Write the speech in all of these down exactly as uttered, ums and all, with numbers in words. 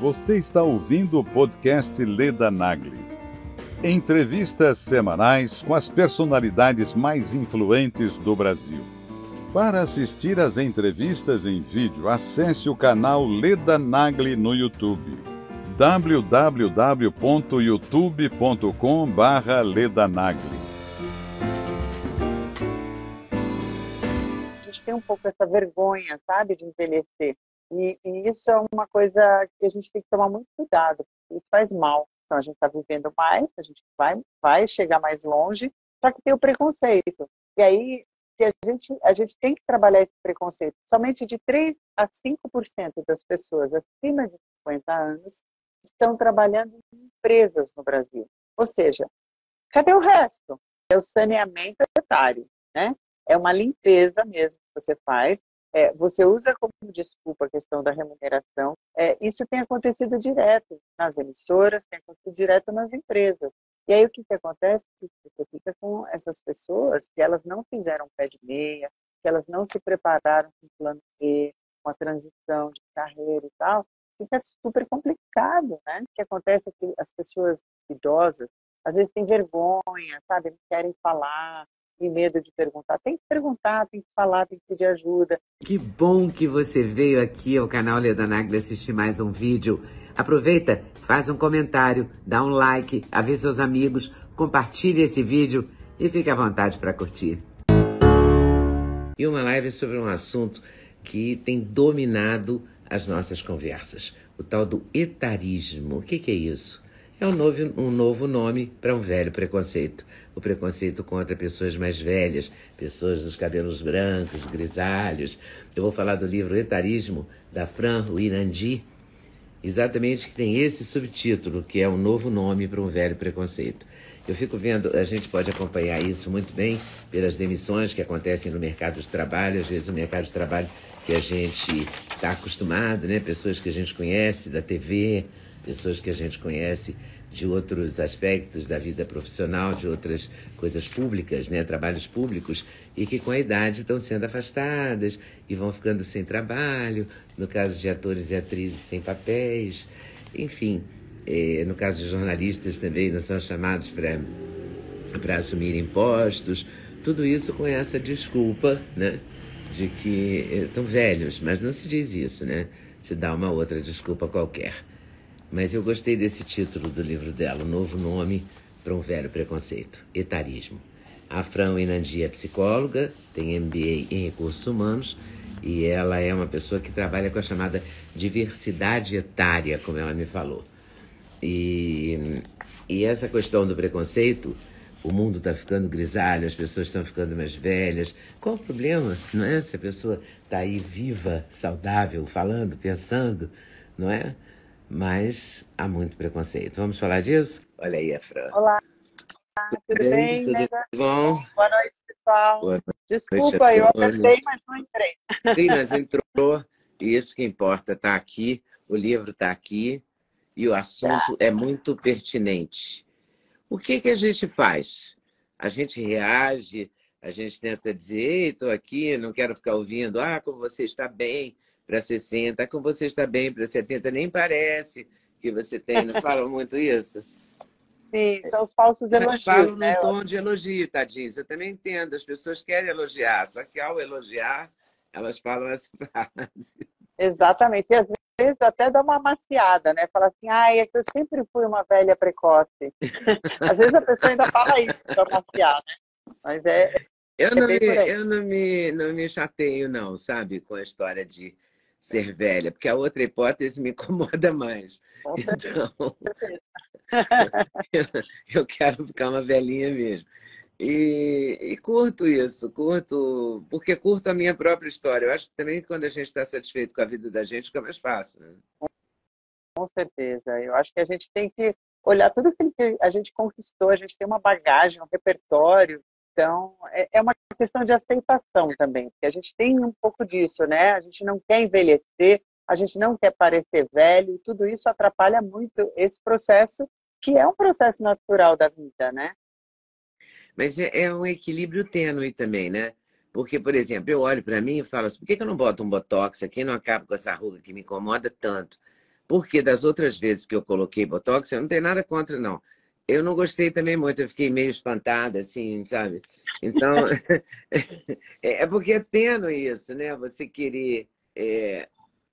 Você está ouvindo o podcast Leda Nagli. Entrevistas semanais com as personalidades mais influentes do Brasil. Para assistir às entrevistas em vídeo, acesse o canal Leda Nagli no YouTube. w w w ponto youtube ponto com barra Leda Nagli. A gente tem um pouco essa vergonha, sabe, de envelhecer. E, e isso é uma coisa que a gente tem que tomar muito cuidado, porque isso faz mal. Então, a gente está vivendo mais, a gente vai, vai chegar mais longe, só que tem o preconceito. E aí, se a, gente, a gente tem que trabalhar esse preconceito. Somente de três a cinco por cento das pessoas acima de cinquenta anos estão trabalhando em empresas no Brasil. Ou seja, cadê o resto? É o saneamento etário, né? É uma limpeza mesmo que você faz. É, você usa como desculpa a questão da remuneração. É, isso tem acontecido direto nas emissoras, tem acontecido direto nas empresas. E aí o que, que acontece? Você fica com essas pessoas que elas não fizeram pé de meia, que elas não se prepararam com o plano B, com a transição de carreira e tal. Fica super complicado, né? O que acontece é que as pessoas idosas, às vezes têm vergonha, sabe? Não querem falar, tem medo de perguntar. Tem que perguntar, tem que falar, tem que pedir ajuda. Que bom que você veio aqui ao canal Leda Nagli assistir mais um vídeo. Aproveita, faz um comentário, dá um like, avisa seus amigos, compartilhe esse vídeo e fique à vontade para curtir. E uma live sobre um assunto que tem dominado as nossas conversas, o tal do etarismo. O que, que é isso? É um novo, um novo nome para um velho preconceito. O preconceito contra pessoas mais velhas, pessoas dos cabelos brancos, grisalhos. Eu vou falar do livro Etarismo, da Fran Uirandi, exatamente que tem esse subtítulo, que é um novo nome para um velho preconceito. Eu fico vendo, a gente pode acompanhar isso muito bem pelas demissões que acontecem no mercado de trabalho, às vezes o mercado de trabalho que a gente está acostumado, né? Pessoas que a gente conhece da T V, pessoas que a gente conhece de outros aspectos da vida profissional, de outras coisas públicas, né, trabalhos públicos, e que com a idade estão sendo afastadas e vão ficando sem trabalho, no caso de atores e atrizes sem papéis, enfim, eh, no caso de jornalistas também não são chamados para para assumir impostos, tudo isso com essa desculpa, né, de que estão velhos, mas não se diz isso, né, se dá uma outra desculpa qualquer. Mas eu gostei desse título do livro dela, o novo nome para um velho preconceito, etarismo. A Fran Uirandi é psicóloga, tem M B A em recursos humanos e ela é uma pessoa que trabalha com a chamada diversidade etária, como ela me falou. E, e essa questão do preconceito, o mundo está ficando grisalho, as pessoas estão ficando mais velhas. Qual o problema, não é? Se a pessoa está aí viva, saudável, falando, pensando, não é? Mas há muito preconceito. Vamos falar disso? Olha aí a Fran. Olá, tudo bem? Tudo Né? bom? Boa noite, pessoal. Boa noite. Desculpa, eu apertei, mas não entrei. Sim, mas entrou. E isso que importa, está aqui, o livro está aqui e o assunto é muito pertinente. O que, que a gente faz? A gente reage, a gente tenta dizer, ei, estou aqui, não quero ficar ouvindo, ah, como você está bem para sessenta, como você está bem para setenta, nem parece que você tem, não falam muito isso? Sim, são os falsos elogios, Falam né? num tom de elogio, tadinhos. Eu também entendo, as pessoas querem elogiar, só que ao elogiar, elas falam essa frase. Exatamente, e às vezes até dá uma amaciada, né? Fala assim, ai, é que eu sempre fui uma velha precoce. Às vezes a pessoa ainda fala isso para amaciar, né? Mas é... Eu não, é me, eu não me, não me chateio, não, sabe, com a história de ser velha, porque a outra hipótese me incomoda mais. Com então, eu, eu quero ficar uma velhinha mesmo. E, e curto isso, curto, porque curto a minha própria história. Eu acho que também quando a gente está satisfeito com a vida da gente, fica mais fácil, né? Com certeza. Eu acho que a gente tem que olhar tudo que a gente conquistou, a gente tem uma bagagem, um repertório. Então, é uma questão de aceitação também, porque a gente tem um pouco disso, né? A gente não quer envelhecer, a gente não quer parecer velho, e tudo isso atrapalha muito esse processo, que é um processo natural da vida, né? Mas é, é um equilíbrio tênue também, né? Porque, por exemplo, eu olho para mim e falo assim, por que, que eu não boto um botox aqui e não acabo com essa ruga que me incomoda tanto? Porque das outras vezes que eu coloquei Botox, eu não tenho nada contra, não. Eu não gostei também muito, eu fiquei meio espantada, assim, sabe? Então, é porque é tênue isso, né? Você querer é,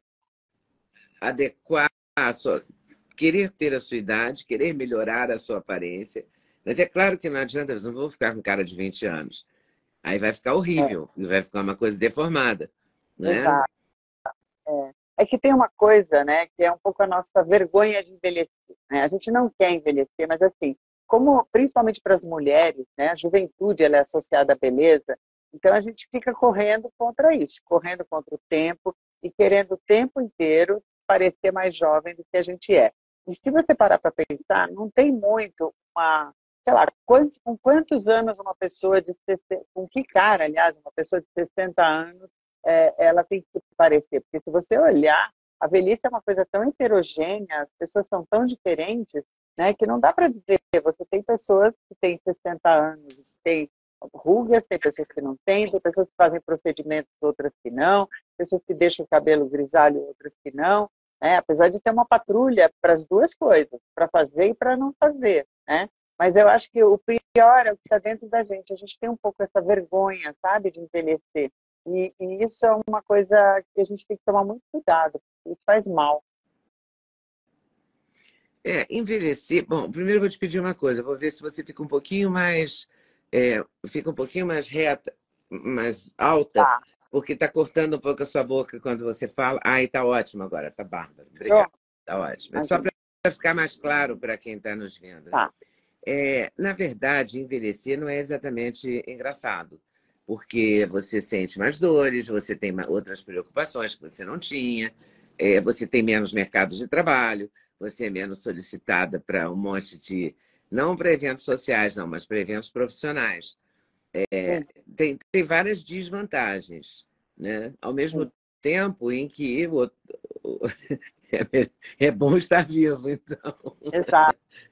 adequar a sua... Querer ter a sua idade, querer melhorar a sua aparência. Mas é claro que não adianta, eu não vou ficar com cara de vinte anos. Aí vai ficar É, horrível, vai ficar uma coisa deformada, né? exato. É. É que tem uma coisa, né, que é um pouco a nossa vergonha de envelhecer, né? A gente não quer envelhecer, mas assim, como principalmente para as mulheres, né, a juventude ela é associada à beleza, então a gente fica correndo contra isso, correndo contra o tempo e querendo o tempo inteiro parecer mais jovem do que a gente é. E se você parar para pensar, não tem muito uma, sei lá, quanto- com quantos anos uma pessoa de sessenta, com que cara, aliás, uma pessoa de sessenta anos é, ela tem que se parecer, porque se você olhar, a velhice é uma coisa tão heterogênea, as pessoas são tão diferentes, né, que não dá para dizer, você tem pessoas que têm sessenta anos, que têm rugas, tem pessoas que não têm, tem pessoas que fazem procedimentos, outras que não, pessoas que deixam o cabelo grisalho, outras que não, né, apesar de ter uma patrulha para as duas coisas, para fazer e para não fazer, né, mas eu acho que o pior é o que está dentro da gente, a gente tem um pouco essa vergonha, sabe, de envelhecer, e, e isso é uma coisa que a gente tem que tomar muito cuidado, porque isso faz mal. É, envelhecer. Bom, primeiro eu vou te pedir uma coisa, eu vou ver se você fica um pouquinho mais, é, fica um pouquinho mais reta, mais alta, Tá, porque está cortando um pouco a sua boca quando você fala. Ai, tá ótimo agora, tá bárbaro. Obrigada. pronto, Tá ótimo. É só imagina. para ficar mais claro para quem está nos vendo, né? Tá, É, na verdade, envelhecer não é exatamente engraçado, porque você sente mais dores, você tem ma- outras preocupações que você não tinha, é, você tem menos mercado de trabalho, você é menos solicitada para um monte de. Não para eventos sociais, não, mas para eventos profissionais. sim, Tem, tem várias desvantagens, né? Ao mesmo sim, tempo em que o- o- é, é bom estar vivo, então. exato,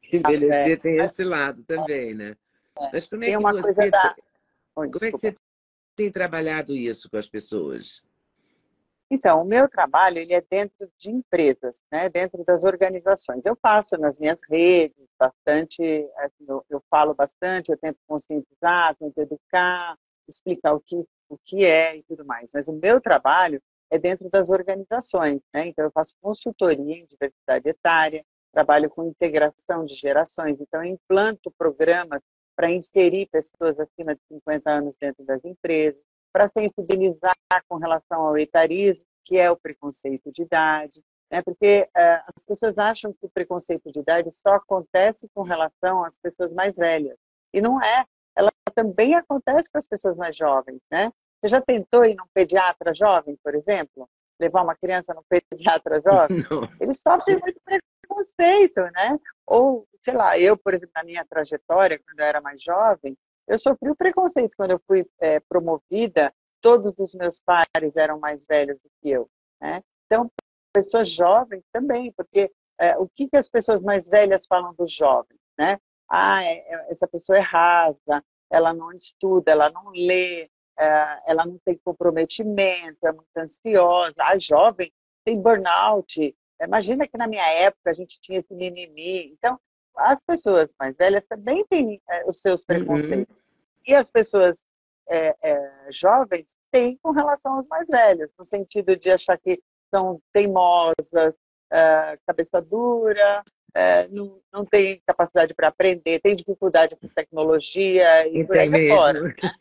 é, Envelhecer tem é, esse lado também, né? Mas como é tem que uma coisa você, te- da... Oi, como é que desculpa. você tem trabalhado isso com as pessoas? Então, o meu trabalho ele é dentro de empresas, né, dentro das organizações. Eu faço nas minhas redes bastante, assim, eu, eu falo bastante, eu tento conscientizar, tento educar, explicar o que, o que é e tudo mais. Mas o meu trabalho é dentro das organizações, né? Então, eu faço consultoria em diversidade etária, trabalho com integração de gerações. Então, eu implanto programas para inserir pessoas acima de cinquenta anos dentro das empresas, para sensibilizar com relação ao etarismo, que é o preconceito de idade, né? Porque uh, as pessoas acham que o preconceito de idade só acontece com relação às pessoas mais velhas, e não é, ela também acontece com as pessoas mais jovens, né? Você já tentou ir num pediatra jovem, por exemplo? Levar uma criança num pediatra jovem? Não. Eles sofrem muito preconceito, né? Ou, sei lá, eu, por exemplo, na minha trajetória, quando eu era mais jovem, eu sofri o preconceito quando eu fui é, promovida, todos os meus pares eram mais velhos do que eu, né? Então, pessoas jovens também, porque é, o que, que as pessoas mais velhas falam dos jovens, né? Ah, é, é, essa pessoa é rasa, ela não estuda, ela não lê, é, ela não tem comprometimento, é muito ansiosa. A jovem tem burnout. Imagina que na minha época a gente tinha esse mimimi. Então, as pessoas mais velhas também têm é, os seus Uhum. preconceitos. E as pessoas é, é, jovens têm com relação aos mais velhos, no sentido de achar que são teimosas, é, cabeça dura, é, não, não tem capacidade para aprender, tem dificuldade com tecnologia e E por tem aí mesmo. afora.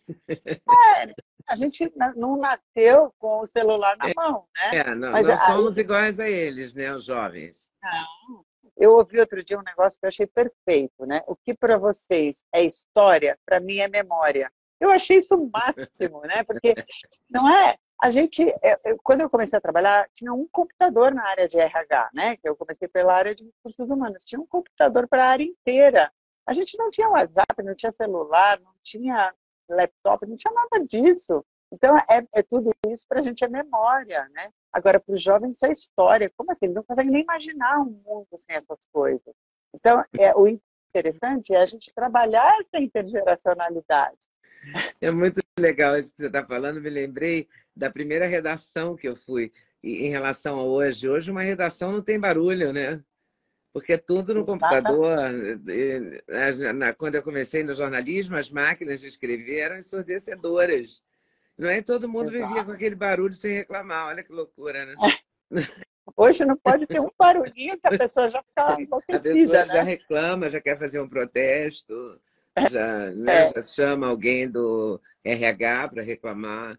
É, a gente não nasceu com o celular na mão, né? É, não, Mas não aí, somos iguais a eles, né, os jovens. eu ouvi outro dia um negócio que eu achei perfeito, né? O que para vocês é história, para mim é memória. Eu achei isso o máximo, né? Porque não é. A gente, eu, quando eu comecei a trabalhar, tinha um computador na área de R H, né? Que eu comecei pela área de recursos humanos. Tinha um computador para a área inteira. A gente não tinha WhatsApp, não tinha celular, não tinha laptop, não tinha nada disso. Então, é, é tudo isso para a gente é memória, né? Agora, para os jovens, isso é história. Como assim? Eles não conseguem nem imaginar um mundo sem essas coisas. Então, é, o interessante é a gente trabalhar essa intergeracionalidade. É muito legal isso que você está falando. Me lembrei da primeira redação que eu fui. em relação a hoje. Hoje uma redação não tem barulho, né? Porque é tudo no computador. Quando eu comecei no jornalismo, as máquinas de escrever eram ensurdecedoras. Não é? Todo mundo vivia com aquele barulho sem reclamar. Olha que loucura, né? Hoje não pode ter um barulhinho que a pessoa já fica enlouquecida, a pessoa né? já reclama, já quer fazer um protesto, já, né, É. já chama alguém do R H para reclamar.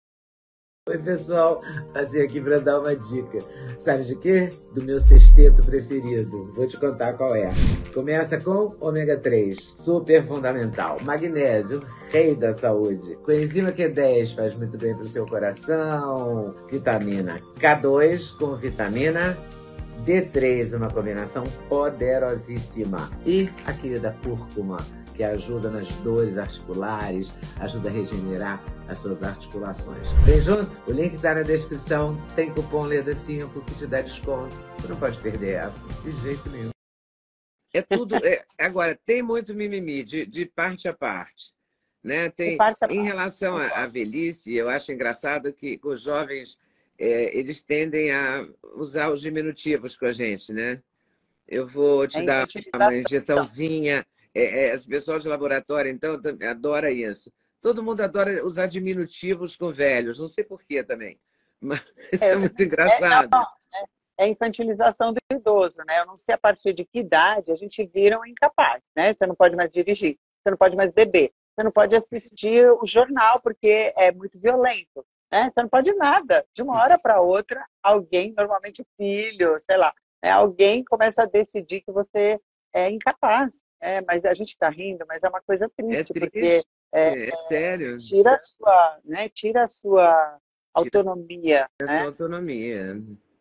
Oi, pessoal. Passei aqui para dar uma dica. Sabe de quê? Do meu sexteto preferido. Vou te contar qual é. Começa com ômega três, super fundamental. Magnésio, rei da saúde. Coenzima Q dez faz muito bem para o seu coração. Vitamina K dois com vitamina D três, uma combinação poderosíssima. E a querida cúrcuma, que ajuda nas dores articulares, ajuda a regenerar as suas articulações. Vem junto? O link está na descrição. Tem cupom Leda cinco que te dá desconto. Você não pode perder essa, de jeito nenhum. É tudo... É, agora, tem muito mimimi, de, de parte a parte. Né? Tem, parte a em parte. relação à velhice, eu acho engraçado que os jovens, é, eles tendem a usar os diminutivos com a gente, né? Eu vou te É dar uma injeçãozinha. É, é, as pessoas de laboratório, então, adora isso. Todo mundo adora usar diminutivos com velhos. Não sei por quê também. Mas é, é muito engraçado. É, não, é, é infantilização do idoso, né? Eu não sei a partir de que idade a gente vira um incapaz, né? Você não pode mais dirigir, você não pode mais beber, você não pode assistir o jornal porque é muito violento, né? Você não pode nada. De uma hora para outra, alguém, normalmente filho, sei lá, né? Alguém começa a decidir que você é incapaz. É, mas a gente está rindo, mas é uma coisa triste, é triste porque é, é sério. Tira a sua, né? Tira a sua autonomia. Tira a né? sua autonomia.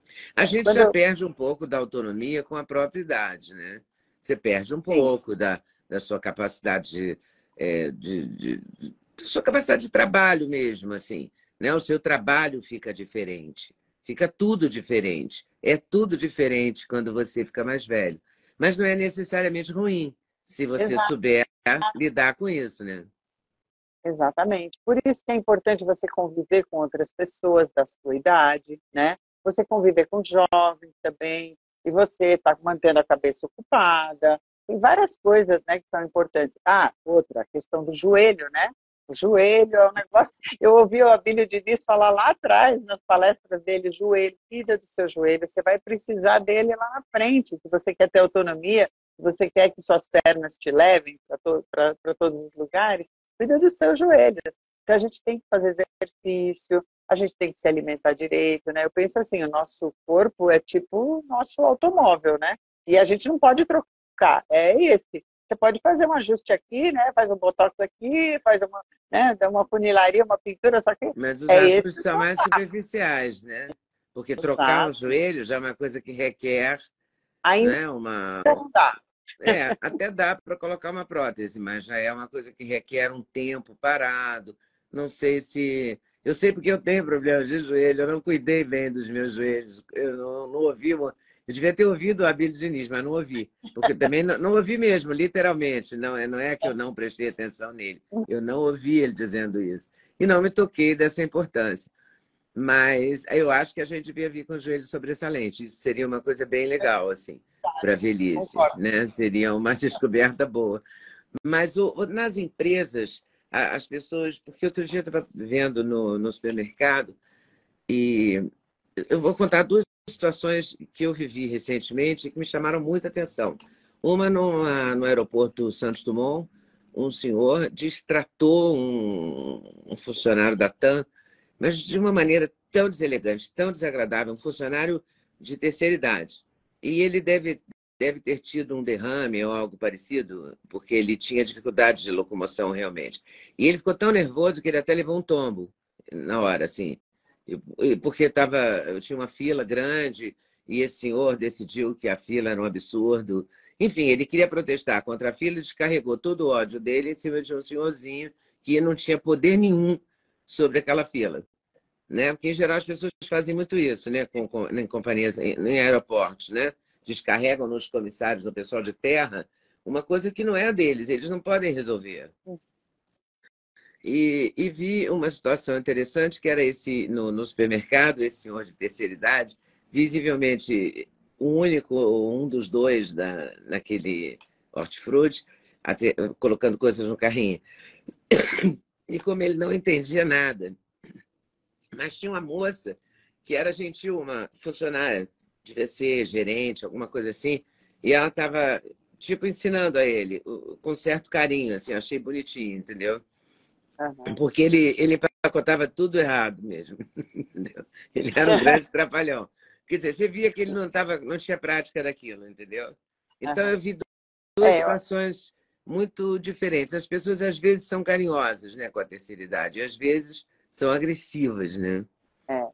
A gente Quando já eu... perde um pouco da autonomia com a própria idade, né? Você perde um pouco da, da sua capacidade de, é, de, de, de, de sua capacidade de trabalho mesmo, assim, né? O seu trabalho fica diferente, fica tudo diferente. É tudo diferente quando você fica mais velho, mas não é necessariamente ruim. Se você Exato. souber lidar com isso, né? Exatamente. Por isso que é importante você conviver com outras pessoas da sua idade, né? Você conviver com jovens também, e você está mantendo a cabeça ocupada. Tem várias coisas, né, que são importantes. Ah, outra, a questão do joelho, né? O joelho é um negócio... Eu ouvi o Abílio Diniz falar lá atrás, nas palestras dele, joelho, cuida do seu joelho, você vai precisar dele lá na frente, se você quer ter autonomia, se você quer que suas pernas te levem para to todos os lugares, cuida dos seus joelhos. Então, a gente tem que fazer exercício, a gente tem que se alimentar direito, né? Eu penso assim, o nosso corpo é tipo o nosso automóvel, né? E a gente não pode trocar, é esse. Você pode fazer um ajuste aqui, né? Faz um botox aqui, faz uma, né? Dá uma funilaria, uma pintura, só que Mas os é ajustes esse. são mais superficiais, né? Porque trocar o joelho já é uma coisa que requer, ainda né, uma... não dá. É, até dá para colocar uma prótese, mas já é uma coisa que requer um tempo parado. Não sei se... Eu sei porque eu tenho problemas de joelho, eu não cuidei bem dos meus joelhos. Eu não, não ouvi... Eu devia ter ouvido o Abílio Diniz, mas não ouvi. Porque também não, não ouvi mesmo, literalmente. Não é, não é que eu não prestei atenção nele. Eu não ouvi ele dizendo isso. E não me toquei dessa importância. Mas eu acho que a gente devia vir com o joelho sobressalente. Isso seria uma coisa bem legal, assim, para a velhice, né? Seria uma descoberta boa. Mas o, nas empresas, as pessoas... Porque outro dia eu estava vendo no, no supermercado e eu vou contar duas situações que eu vivi recentemente que me chamaram muita atenção. Uma numa, no aeroporto Santos Dumont, um senhor destratou um, um funcionário da TAM, mas de uma maneira tão deselegante, tão desagradável, um funcionário de terceira idade. E ele deve, deve ter tido um derrame ou algo parecido, porque ele tinha dificuldade de locomoção realmente. E ele ficou tão nervoso que ele até levou um tombo na hora, assim. Porque tava, eu tinha uma fila grande e esse senhor decidiu que a fila era um absurdo. Enfim, ele queria protestar contra a fila e descarregou todo o ódio dele em cima de um senhorzinho que não tinha poder nenhum sobre aquela fila. Né? Porque, em geral, as pessoas fazem muito isso, né? Com, com, em companhias, em, em aeroportos, né? Descarregam nos comissários, no pessoal de terra, uma coisa que não é deles, eles não podem resolver. E, e vi uma situação interessante que era esse no, no supermercado, esse senhor de terceira idade, visivelmente o único, um dos dois da, naquele hortifruti, até, colocando coisas no carrinho. E como ele não entendia nada, mas tinha uma moça que era gentil, uma funcionária, devia ser gerente, alguma coisa assim, e ela estava, tipo, ensinando a ele, com certo carinho, assim, achei bonitinho, entendeu? Aham. Porque ele, ele empacotava tudo errado mesmo. Entendeu? Ele era um grande trapalhão. Quer dizer, você via que ele não, tava, não tinha prática daquilo, entendeu? Então eu Aham. vi duas É, eu, situações muito diferentes. As pessoas às vezes são carinhosas, né, com a terceira idade, e às vezes são agressivas, né? é,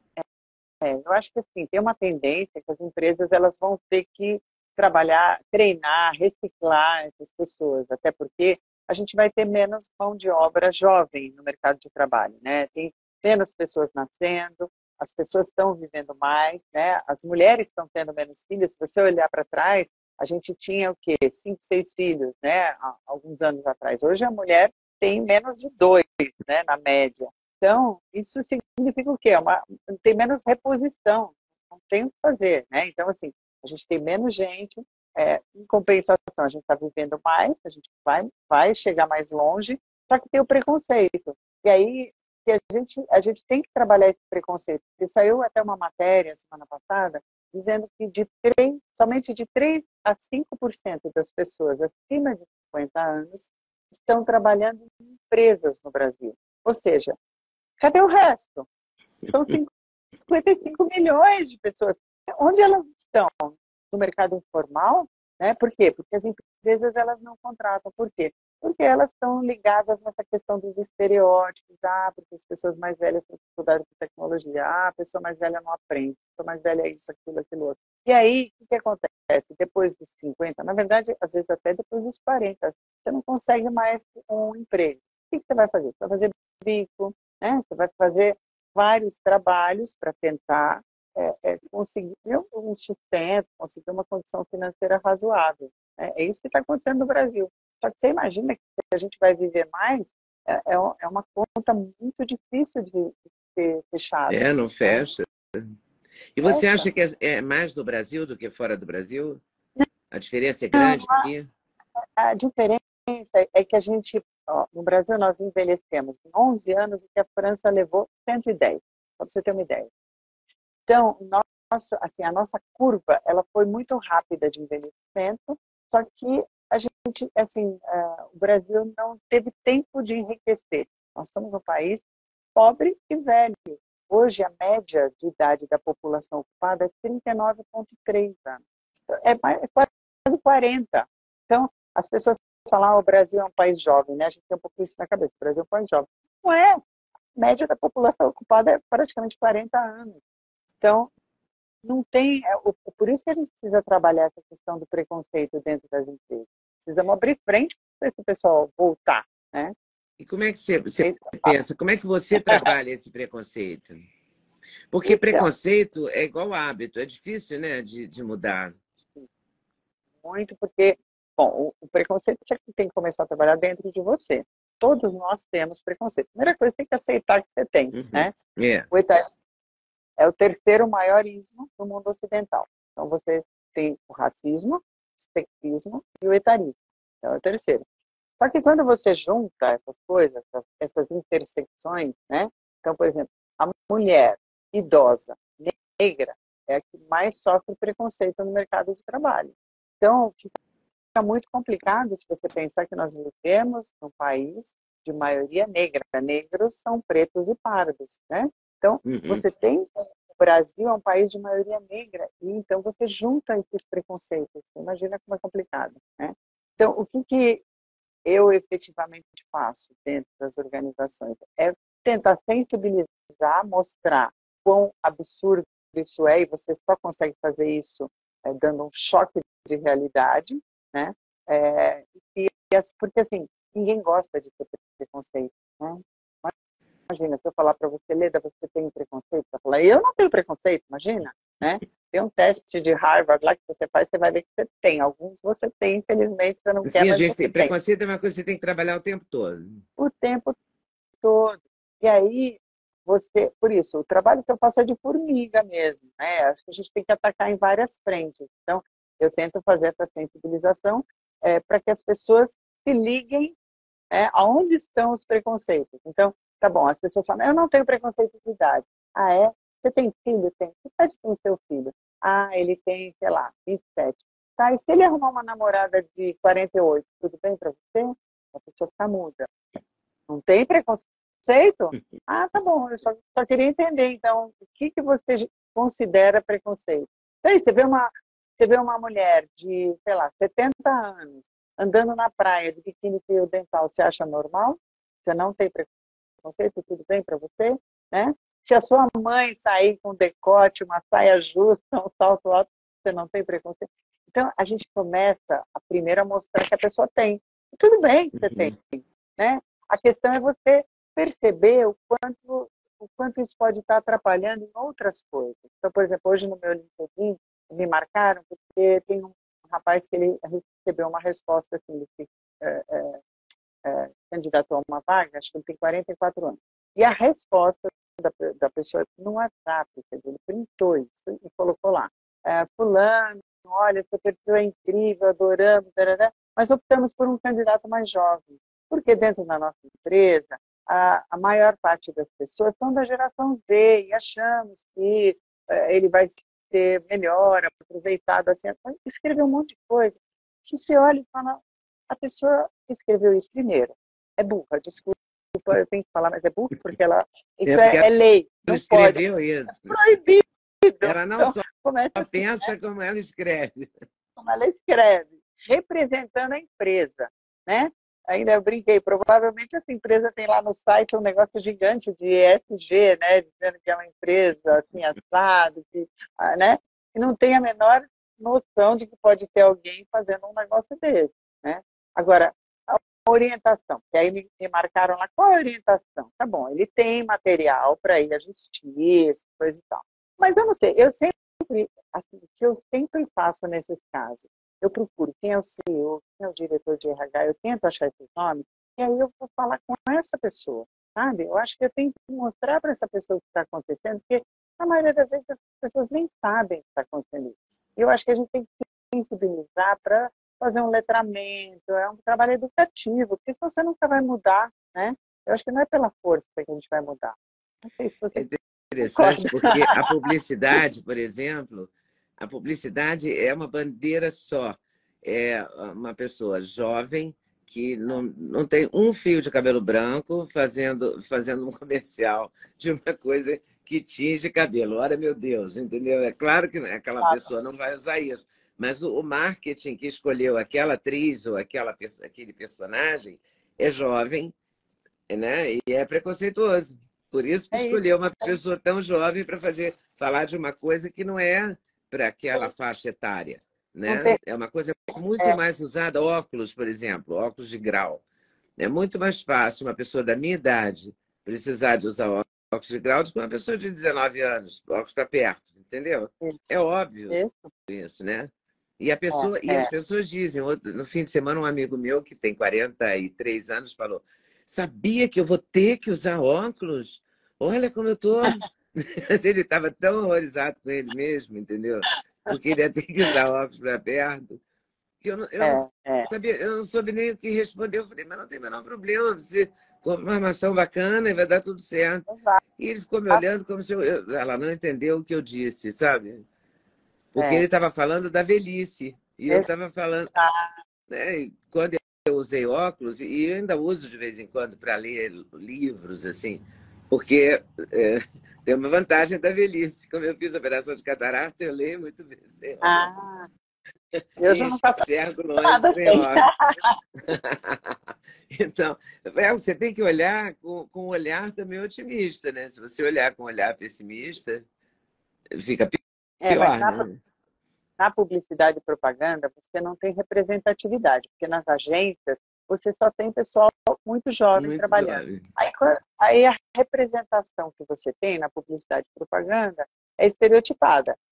é, eu acho que assim, tem uma tendência que as empresas elas vão ter que trabalhar, treinar, reciclar essas pessoas, até porque a gente vai ter menos mão de obra jovem no mercado de trabalho, né? Tem menos pessoas nascendo, as pessoas estão vivendo mais, né? As mulheres estão tendo menos filhos. Se você olhar para trás, a gente tinha o quê? Cinco, seis filhos, né? Há alguns anos atrás. Hoje a mulher tem menos de dois, né? Na média. Então, isso significa o quê? É uma, tem menos reposição, não tem o que fazer, né? Então, assim, a gente tem menos gente, é, em compensação, a gente está vivendo mais, a gente vai, vai chegar mais longe, só que tem o preconceito. E aí, que a gente, a gente tem que trabalhar esse preconceito. Porque saiu até uma matéria semana passada dizendo que de três, somente de três a cinco por cento das pessoas acima de cinquenta anos estão trabalhando em empresas no Brasil. Ou seja, cadê o resto? São cinquenta e cinco milhões de pessoas. Onde elas estão? No mercado informal? Né? Por quê? Porque as empresas elas não contratam. Por quê? Porque elas estão ligadas nessa questão dos estereótipos. Ah, porque as pessoas mais velhas têm dificuldade com tecnologia. Ah, a pessoa mais velha não aprende. A pessoa mais velha é isso, aquilo, aquilo outro. E aí, o que, que acontece? Depois dos cinquenta, na verdade, às vezes até depois dos quarenta, você não consegue mais um emprego. O que, que você vai fazer? Você vai fazer bico, né? Você vai fazer vários trabalhos para tentar é, é, conseguir um sustento, conseguir uma condição financeira razoável. Né? É isso que está acontecendo no Brasil. Só que você imagina que a gente vai viver mais, é, é é uma conta muito difícil de, de ser fechada. É, não Né? fecha. E você Fecha. acha que é é mais no Brasil do que fora do Brasil? A diferença é Não, grande aqui? a diferença é que a gente, ó, no Brasil, nós envelhecemos em onze anos o que a França levou cento e dez, para você ter uma ideia. Então, nosso, assim, a nossa curva ela foi muito rápida de envelhecimento, só que a gente, assim, uh, o Brasil não teve tempo de enriquecer. Nós somos um país pobre e velho. Hoje, a média de idade da população ocupada é trinta e nove vírgula três anos. É, mais, é quase quarenta. Então, as pessoas falam, ah, o Brasil é um país jovem, né? A gente tem um pouco isso na cabeça, o Brasil é um país jovem. Não é. A média da população ocupada é praticamente quarenta anos. Então, não tem. É, por isso que a gente precisa trabalhar essa questão do preconceito dentro das empresas. Precisamos abrir frente para esse pessoal voltar, né? E como é que você, você É isso que eu falo. pensa? Como é que você trabalha esse preconceito? Porque Então, preconceito é igual hábito, é difícil, né, de, de mudar. muito porque, bom, o, o preconceito você tem que começar a trabalhar dentro de você. Todos nós temos preconceito. Primeira coisa, você tem que aceitar que você tem, Uhum. né? É. O etarismo é o terceiro maior ismo do mundo ocidental. Então, você tem o racismo, o sexismo e o etarismo. Então, é o terceiro. Só que quando você junta essas coisas, essas intersecções, né? Então, por exemplo, a mulher idosa, negra, é a que mais sofre preconceito no mercado de trabalho. Então, fica muito complicado se você pensar que nós vivemos num país de maioria negra. Negros são pretos e pardos, né? Então, Uhum. você tem... O Brasil é um país de maioria negra, e então você junta esses preconceitos. Você imagina como é complicado, né? Então, o que, que eu efetivamente faço dentro das organizações? É tentar sensibilizar, mostrar quão absurdo isso é, e você só consegue fazer isso é, dando um choque de realidade, né? É, e, porque, assim, ninguém gosta de ter preconceito, né? Imagina, se eu falar para você, Leda, você tem preconceito? Você vai falar, eu não tenho preconceito, imagina, né? Tem um teste de Harvard lá que você faz, você vai ver que você tem. Alguns você tem, infelizmente, você não quer, Sim, a mas gente você tem. tem. Preconceito é uma coisa que você tem que trabalhar o tempo todo. O tempo todo. E aí, você, por isso, o trabalho que eu faço é de formiga mesmo, né? Acho que a gente tem que atacar em várias frentes. Então, eu tento fazer essa sensibilização é, para que as pessoas se liguem, né, aonde estão os preconceitos. Então, tá bom, as pessoas falam, eu não tenho preconceito de idade. Ah, é? Você tem filho? Tem. Que idade tem seu filho? Ah, ele tem, sei lá, vinte e sete. Tá, e se ele arrumar uma namorada de quarenta e oito, tudo bem para você? A pessoa fica muda. Não tem preconceito? Ah, tá bom, eu só, só queria entender, então, o que, que você considera preconceito? Então, aí, você vê uma, você vê uma mulher de, sei lá, setenta anos, andando na praia de biquíni e fio dental, você acha normal? Você não tem preconceito? Tudo bem para você? Né? Se a sua mãe sair com decote, uma saia justa, um salto alto, você não tem preconceito? Então, a gente começa a primeiro a mostrar que a pessoa tem. E tudo bem que você tem, né? A questão é você perceber o quanto, o quanto isso pode estar atrapalhando em outras coisas. Então, por exemplo, hoje no meu LinkedIn, me marcaram porque tem um rapaz que ele recebeu uma resposta assim, ele se é, é, é, candidatou a uma vaga, acho que ele tem quarenta e quatro anos. E a resposta da, da pessoa no WhatsApp, ele printou isso e colocou lá. É, fulano, olha, seu perfil é incrível, adoramos, mas optamos por um candidato mais jovem. Porque dentro da nossa empresa, a, a maior parte das pessoas são da geração Z e achamos que é, ele vai ser melhor, aproveitado, assim, escreveu um monte de coisa, que você olha e fala, a pessoa que escreveu isso primeiro é burra, desculpa, eu tenho que falar, mas é burra, porque ela, isso é, é, é lei, não escreveu pode, isso. é proibido. Ela não então, só começa assim, pensa né? como ela escreve. Como ela escreve, representando a empresa, né? Ainda eu brinquei, provavelmente essa empresa tem lá no site um negócio gigante de E S G, né? Dizendo que é uma empresa assim, assado, que, né? E não tem a menor noção de que pode ter alguém fazendo um negócio desse, né? Agora, a orientação, que aí me, me marcaram lá, qual é a orientação? Tá bom, ele tem material para ir à justiça, coisa e tal. Mas eu não sei, eu sempre, assim, o que eu sempre faço nesses casos, eu procuro quem é o C E O, quem é o diretor de R H, eu tento achar esses nomes, e aí eu vou falar com essa pessoa, sabe? Eu acho que eu tenho que mostrar para essa pessoa o que está acontecendo, porque na maioria das vezes as pessoas nem sabem o que está acontecendo. E eu acho que a gente tem que se sensibilizar para fazer um letramento, é um trabalho educativo, porque senão você nunca vai mudar, né? Eu acho que não é pela força que a gente vai mudar. Não sei se você É interessante, concorda. porque a publicidade, por exemplo, a publicidade é uma bandeira só. É uma pessoa jovem que não, não tem um fio de cabelo branco fazendo, fazendo um comercial de uma coisa que tinge cabelo. Ora, meu Deus, entendeu? É claro que aquela pessoa não vai usar isso, mas o, o marketing que escolheu aquela atriz ou aquela, aquele personagem é jovem, né? E é preconceituoso. Por isso que É isso. escolheu uma pessoa tão jovem para fazer falar de uma coisa que não é para aquela faixa etária, Não né? tem, É uma coisa muito é, mais usada, óculos, por exemplo, óculos de grau. É muito mais fácil uma pessoa da minha idade precisar de usar óculos de grau do que uma pessoa de dezenove anos, óculos para perto, entendeu? isso, É óbvio isso, isso, né? E, a pessoa, e é, as é. pessoas dizem, no fim de semana, um amigo meu que tem quarenta e três anos falou: sabia que eu vou ter que usar óculos? Olha como eu tô. Mas ele estava tão horrorizado com ele mesmo, entendeu? Porque ele ia ter que usar óculos para perto, que eu não, eu não É, é, sabia, eu não soube nem o que responder. Eu falei, mas não tem o menor problema, você compra uma armação bacana e vai dar tudo certo. exato, E ele ficou me olhando como se eu, eu- ela não entendeu o que eu disse, sabe? Porque ele é, estava falando da velhice. E eu exato, estava falando, né? E quando eu usei óculos, e eu ainda uso de vez em quando para ler livros, assim, porque é, tem uma vantagem da velhice. Como eu fiz a operação de catarata, eu leio muito bem sem óculos. ah, eu já E não faço enxergo longe nada sem sem, óculos. Então, é, você tem que olhar com, com um olhar também otimista, né? Se você olhar com um olhar pessimista, fica é, mas pior, na, né? na publicidade e propaganda você não tem representatividade, porque nas agências você só tem pessoal muito jovem Muito trabalhando. jovem. Aí, aí a representação que você tem na publicidade e propaganda é estereotipada.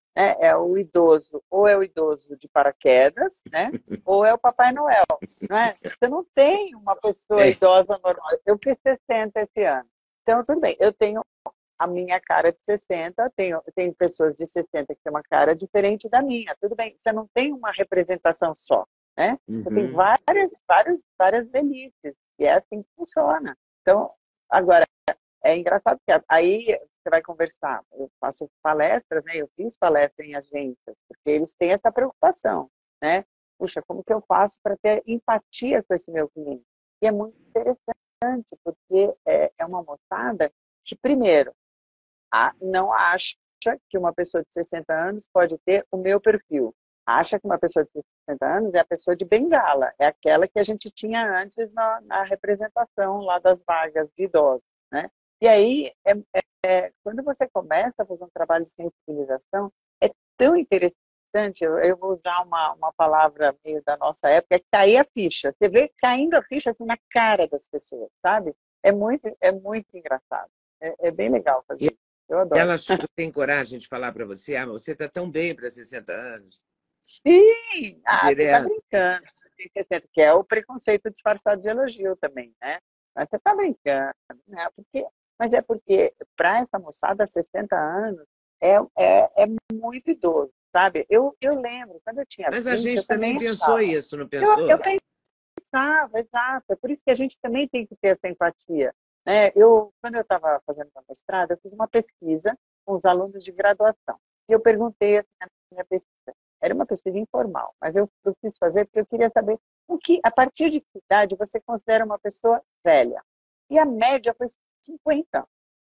né? É o idoso, ou é o idoso de paraquedas, né? Ou é o Papai Noel, não é? Você não tem uma pessoa É, idosa normal. Eu fiz sessenta esse ano. Então, tudo bem, eu tenho a minha cara de sessenta, tenho, tem pessoas de sessenta que têm uma cara diferente da minha. Tudo bem, você não tem uma representação só, né? Você tem uhum. várias, várias, várias velhices, e é assim que funciona. Então, agora, é engraçado que aí você vai conversar. Eu faço palestras, né? Eu fiz palestra em agências, porque eles têm essa preocupação, né? Puxa, como que eu faço para ter empatia com esse meu cliente? E é muito interessante, porque é, é uma moçada que, primeiro, a- não acha que uma pessoa de sessenta anos pode ter o meu perfil. Acha que uma pessoa de sessenta anos é a pessoa de bengala, é aquela que a gente tinha antes na, na representação lá das vagas de idosos, né? E aí, é, é, quando você começa a fazer um trabalho de sensibilização, é tão interessante, eu, eu vou usar uma, uma palavra meio da nossa época, é cair a ficha. Você vê caindo a ficha assim, na cara das pessoas, sabe? É muito, é muito engraçado. É, é bem legal fazer E isso. Eu adoro. elas têm coragem de falar para você, ah, mas você está tão bem para sessenta anos. Sim! Ah, você está Direto. brincando. Você tem sessenta, que é o preconceito disfarçado de elogio também, né? Mas você está brincando, né? Porque, mas é porque, para essa moçada, sessenta anos é, é, é muito idoso, sabe? Eu, eu lembro, quando eu tinha Mas a vinte, eu gente também também pensou achava. isso, não Eu, eu pensou? pensava, exato. É por isso que a gente também tem que ter essa empatia, né? Eu, quando eu estava fazendo meu mestrado, eu fiz uma pesquisa com os alunos de graduação. E eu perguntei assim, na minha pesquisa. Era uma pesquisa informal, mas eu, eu quis fazer porque eu queria saber o que, a partir de que idade você considera uma pessoa velha. E a média foi cinquenta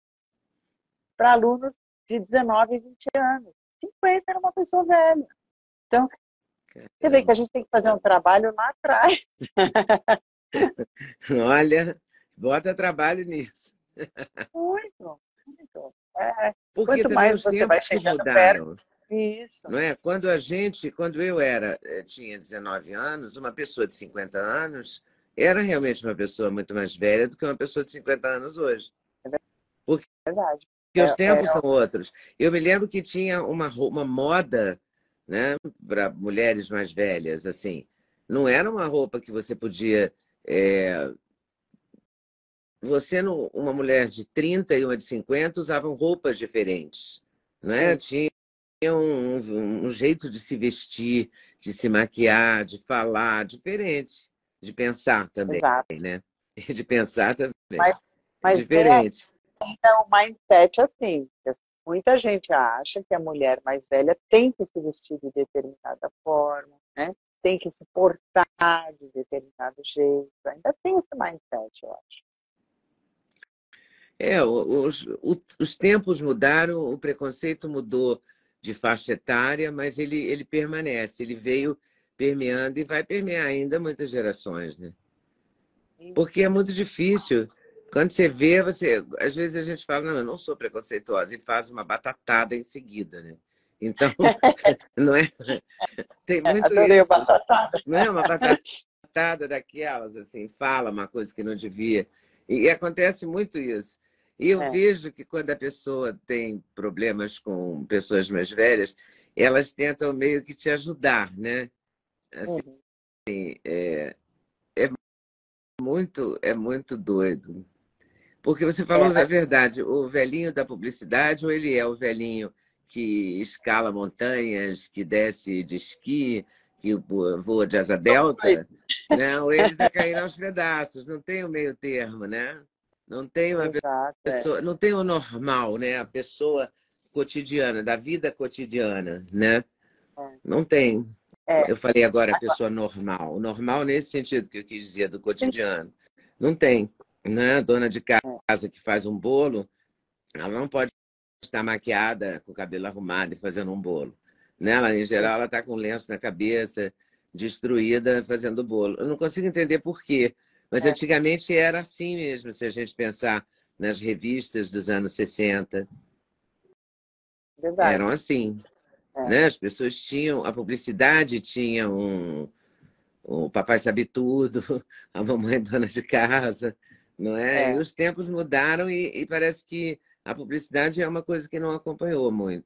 para alunos de dezenove e vinte anos. cinquenta era uma pessoa velha. Então, você vê que a Caramba. gente tem que fazer um trabalho lá atrás. Olha, bota trabalho nisso. Muito, muito. É, Porque quanto também mais os você vai tempos chegando perto, mudaram, isso, não é? Quando a gente, quando eu era, eh, tinha dezenove anos, uma pessoa de cinquenta anos era realmente uma pessoa muito mais velha do que uma pessoa de cinquenta anos hoje. é Porque verdade. os É, é, tempos são outros. Eu me lembro que tinha uma, ro- uma moda, né, para mulheres mais velhas, assim. Não era uma roupa que você podia. eh, Você, não- uma mulher de trinta e uma de cinquenta usavam roupas diferentes, né? sim, Tinha um, um- um jeito de se vestir, de se maquiar, de falar diferente, de pensar também, exato. né? De pensar também, Mas, mas tem diferente. ainda um mindset assim. Que muita gente acha que a mulher mais velha tem que se vestir de determinada forma, né? Tem que se portar de determinado jeito. Ainda tem esse mindset, eu acho. É, o- os, o- os tempos mudaram, o preconceito mudou de faixa etária, mas ele, ele permanece, ele veio permeando e vai permear ainda muitas gerações, né? Sim, Porque é muito difícil. Quando você vê, você, às vezes a gente fala, não, eu não sou preconceituosa, e faz uma batatada em seguida, né? Então, não é? Tem muito adorei o isso. batata. Não é uma batatada daquelas, assim, fala uma coisa que não devia. E, e acontece muito isso. E eu É, vejo que quando a pessoa tem problemas com pessoas mais velhas, elas tentam meio que te ajudar, né? Assim, uhum, muito, é muito doido. Porque você falou é, a mas verdade, o velhinho da publicidade, ou ele é o velhinho que escala montanhas, que desce de esqui, que voa de asa delta, né? Ou ele está caindo aos pedaços, não tem o meio termo, né? Não tem uma exato, é, pessoa, não tem o normal, né? A pessoa cotidiana, da vida cotidiana, né? Não tem. é, é. Eu falei agora a pessoa normal. O normal nesse sentido que eu quis dizer, do cotidiano. Não tem, né? Dona de casa que faz um bolo, ela não pode estar maquiada, com o cabelo arrumado e fazendo um bolo. Né? Ela, em geral, ela está com um lenço na cabeça, destruída, fazendo bolo. Eu não consigo entender por quê, mas É, antigamente era assim mesmo, se a gente pensar nas revistas dos anos sessenta, verdade. eram assim. É, Né? As pessoas tinham, a publicidade tinha um, o papai sabe tudo, a mamãe dona de casa, não é? E é, os tempos mudaram e, e parece que a publicidade é uma coisa que não acompanhou muito.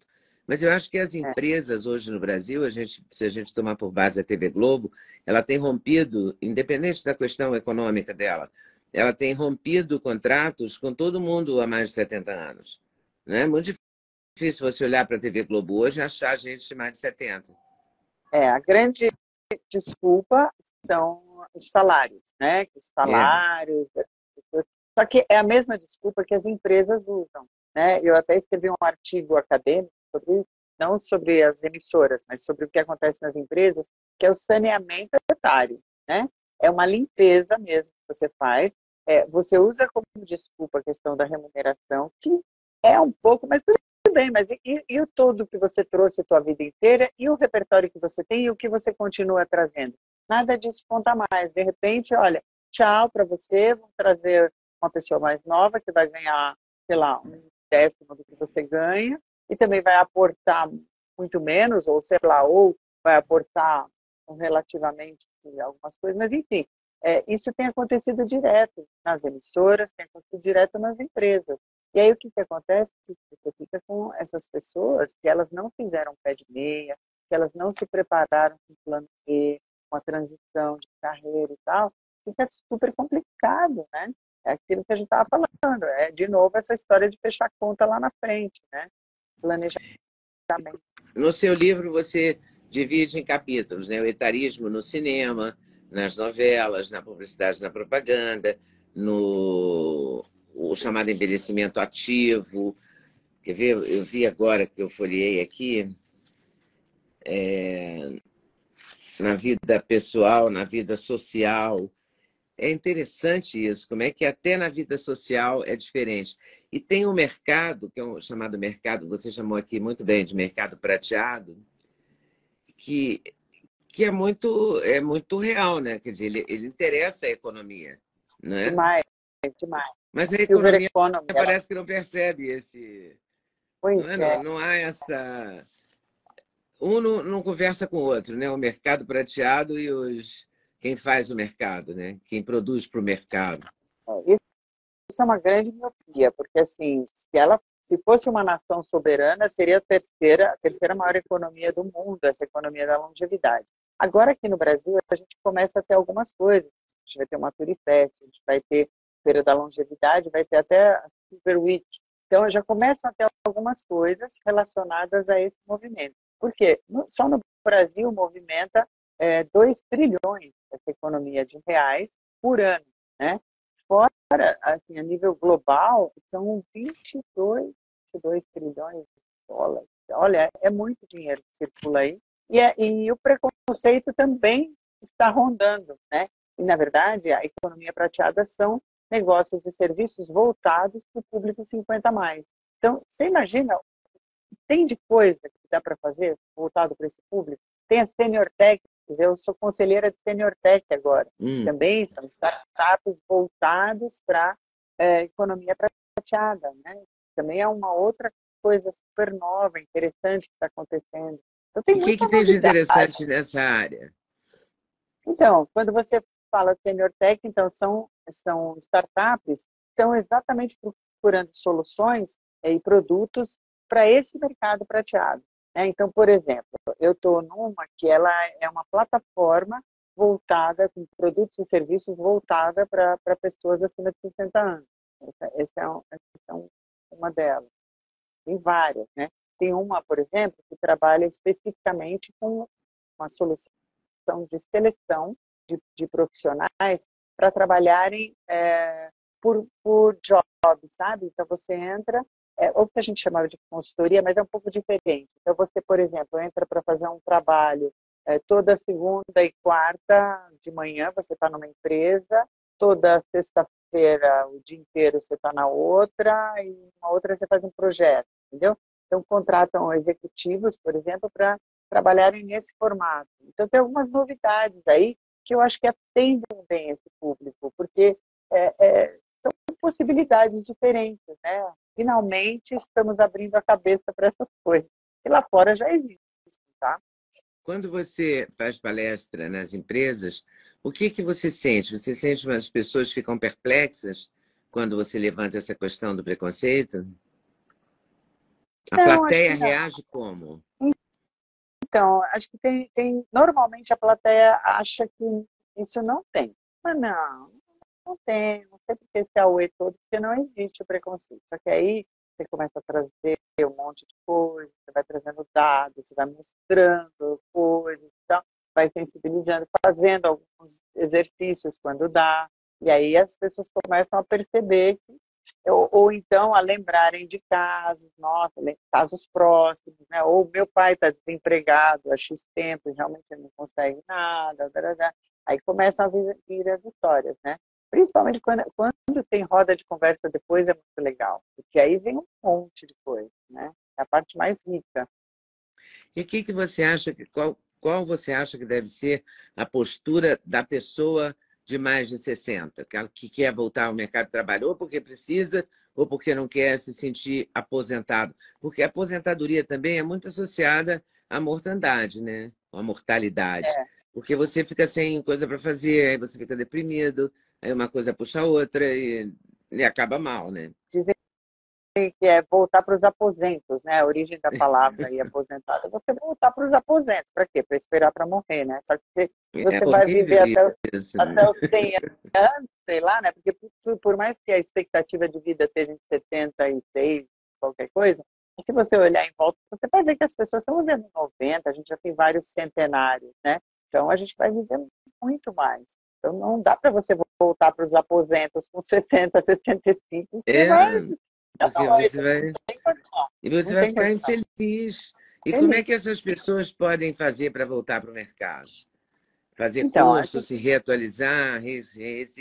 Mas eu acho que as É, empresas hoje no Brasil, a gente, se a gente tomar por base a T V Globo, ela tem rompido, independente da questão econômica dela, ela tem rompido contratos com todo mundo há mais de setenta anos. Não é muito difícil você olhar para a T V Globo hoje e achar gente de mais de setenta. é, a grande desculpa são os salários, né? Que os É, salários. Só que é a mesma desculpa que as empresas usam, né? Eu até escrevi um artigo acadêmico sobre isso, não sobre as emissoras, mas sobre o que acontece nas empresas, que é o saneamento etário, né? É uma limpeza mesmo que você faz. É, você usa como desculpa a questão da remuneração, que é um pouco, mas tudo bem, mas e, e, e o todo que você trouxe a tua vida inteira, e o repertório que você tem, e o que você continua trazendo? Nada disso conta mais. De repente, olha, tchau para você, vamos trazer uma pessoa mais nova que vai ganhar, sei lá, um décimo do que você ganha, e também vai aportar muito menos, ou sei lá, ou vai aportar relativamente algumas coisas, mas enfim, é, isso tem acontecido direto nas emissoras, tem acontecido direto nas empresas. E aí o que, que acontece? Você fica com essas pessoas que elas não fizeram pé de meia, que elas não se prepararam com o plano B, com a transição de carreira e tal, fica super complicado, né? É aquilo que a gente estava falando, é de novo essa história de fechar conta lá na frente, né? Planejamento. no seu livro você divide em capítulos, né? O etarismo no cinema, nas novelas, na publicidade, na propaganda, no o chamado envelhecimento ativo. Quer ver? Eu vi agora que eu folheei aqui, é, na vida pessoal, na vida social. É interessante isso, como é que até na vida social é diferente. E tem um mercado, que é o chamado mercado, você chamou aqui muito bem de mercado prateado, que, que é muito, é muito real, né? Quer dizer, ele, ele interessa a economia, né? Demais, demais. Mas A a Silver economia Economy, ela, parece que não percebe esse. pois Não, é, não, é, não há essa. Um não, não conversa com o outro, né? O mercado prateado e os quem faz o mercado, né? Quem produz para o mercado. é, isso é uma grande miopia, porque assim, se ela se fosse uma nação soberana, seria a terceira, a terceira maior economia do mundo, essa economia da longevidade. Agora aqui no Brasil, a gente começa a ter algumas coisas. A gente vai ter uma Turifest, a gente vai ter Feira da Longevidade, vai ter até a Super Week. Então, já começam a ter algumas coisas relacionadas a esse movimento. Por quê? No, só no Brasil movimenta é, dois trilhões essa economia de reais por ano, né? Fora, assim, a nível global, são vinte e dois, vinte e dois trilhões de dólares. Olha, é muito dinheiro que circula aí. E, é, e o preconceito também está rondando, né? E, na verdade, a economia prateada são negócios e serviços voltados para o público cinquenta a mais. Então, você imagina, tem de coisa que dá para fazer voltado para esse público? Tem a Senior Tech, eu sou conselheira de Senior Tech agora. Hum. Também são startups voltados para a economia prateada, né? Também é uma outra coisa super nova, interessante que está acontecendo. Então, tem E o que, muita que tem de novidade. interessante nessa área? Então, quando você fala Senior Tech, então são, são startups que estão exatamente procurando soluções e produtos para esse mercado prateado. Né? Então, por exemplo, eu estou numa que ela é uma plataforma voltada, com produtos e serviços voltada para pessoas acima de sessenta anos. Essa, essa, é, um, essa é um, uma delas. Tem várias, né? Tem uma, por exemplo, que trabalha especificamente com uma solução de seleção de, de profissionais para trabalharem é, por, por job, sabe? Então, você entra, é, ou que a gente chamava de consultoria, mas é um pouco diferente. Então, você, por exemplo, entra para fazer um trabalho é, toda segunda e quarta de manhã, você está numa empresa, toda sexta-feira, o dia inteiro, você está na outra, e uma outra você faz um projeto, entendeu? Então, contratam executivos, por exemplo, para trabalharem nesse formato. Então, tem algumas novidades aí que eu acho que atendem bem esse público, porque é, é, são possibilidades diferentes, né? Finalmente, estamos abrindo a cabeça para essas coisas. E lá fora já existe, tá? Quando você faz palestra nas empresas, o que, que você sente? Você sente que as pessoas ficam perplexas quando você levanta essa questão do preconceito? A Não, acho plateia que não. reage como? Então, acho que tem, tem. Normalmente a plateia acha que isso não tem. Mas não, não tem. Não sei porque esse auê todo, porque não existe o preconceito. Só que aí você começa a trazer um monte de coisa, você vai trazendo dados, você vai mostrando coisas, então, vai sensibilizando, fazendo alguns exercícios quando dá. E aí as pessoas começam a perceber que ou, ou então a lembrarem de casos, nossa, casos próximos, né? Ou meu pai está desempregado há X tempo e realmente ele não consegue nada, blá, blá, blá. Aí começam a vir, vir as histórias, né? Principalmente quando, quando tem roda de conversa depois é muito legal, porque aí vem um monte de coisa, né? É a parte mais rica. E o que, que você acha, que qual, qual você acha que deve ser a postura da pessoa de mais de sessenta, que, que quer voltar ao mercado de trabalho, ou porque precisa, ou porque não quer se sentir aposentado? Porque a aposentadoria também é muito associada à mortandade, né? À mortalidade. É, Porque você fica sem coisa para fazer, aí você fica deprimido, aí uma coisa puxa a outra e, e acaba mal, né? dizem que é voltar para os aposentos, né? A origem da palavra aí, aposentado, é você voltar para os aposentos. Para quê? Para esperar para morrer, né? Só que você, É você vai viver horrível até os, isso, né? até os cem anos, sei lá, né? Porque por, por mais que a expectativa de vida esteja em setenta e seis, qualquer coisa, se você olhar em volta, você vai ver que as pessoas estão vivendo noventa, a gente já tem vários centenários, né? Então a gente vai viver muito mais. Então não dá para você voltar para os aposentos com sessenta, sessenta e cinco, você É, vai. porque Não, você não vai, tem condição. e você Não vai tem ficar condição. infeliz. E como é Feliz. que essas pessoas podem fazer para voltar para o mercado? Fazer Então, acho curso, que se reatualizar, res-